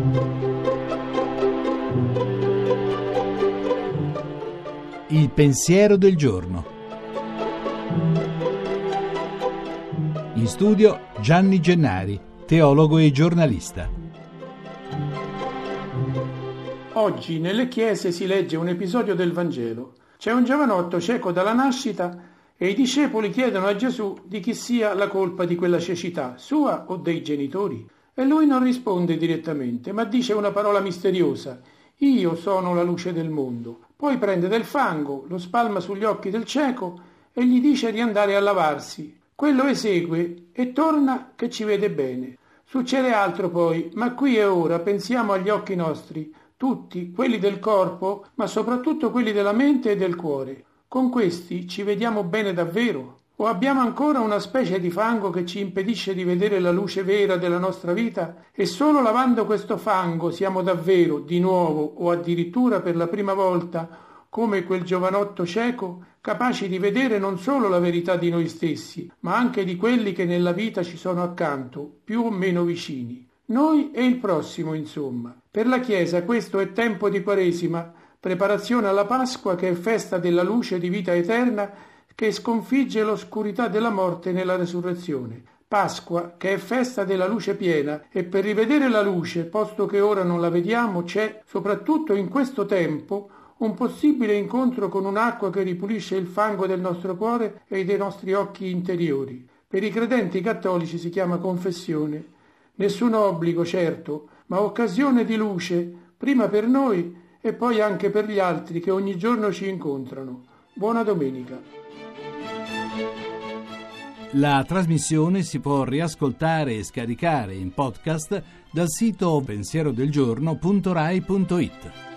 Il pensiero del giorno. In studio Gianni Gennari, teologo e giornalista. Oggi nelle chiese si legge un episodio del Vangelo. C'è un giovanotto cieco dalla nascita e i discepoli chiedono a Gesù di chi sia la colpa di quella cecità, sua o dei genitori. E lui non risponde direttamente, ma dice una parola misteriosa: io sono la luce del mondo. Poi prende del fango, lo spalma sugli occhi del cieco e gli dice di andare a lavarsi. Quello esegue e torna che ci vede bene. Succede altro poi, ma qui e ora pensiamo agli occhi nostri, tutti, quelli del corpo, ma soprattutto quelli della mente e del cuore. Con questi ci vediamo bene davvero? O abbiamo ancora una specie di fango che ci impedisce di vedere la luce vera della nostra vita e solo lavando questo fango siamo davvero, di nuovo o addirittura per la prima volta, come quel giovanotto cieco, capaci di vedere non solo la verità di noi stessi, ma anche di quelli che nella vita ci sono accanto, più o meno vicini. Noi e il prossimo, insomma. Per la Chiesa questo è tempo di Quaresima, preparazione alla Pasqua che è festa della luce di vita eterna che sconfigge l'oscurità della morte nella resurrezione. Pasqua, che è festa della luce piena, e per rivedere la luce, posto che ora non la vediamo, c'è, soprattutto in questo tempo, un possibile incontro con un'acqua che ripulisce il fango del nostro cuore e dei nostri occhi interiori. Per i credenti cattolici si chiama confessione. Nessun obbligo, certo, ma occasione di luce, prima per noi e poi anche per gli altri che ogni giorno ci incontrano. Buona domenica. La trasmissione si può riascoltare e scaricare in podcast dal sito pensierodelgiorno.rai.it.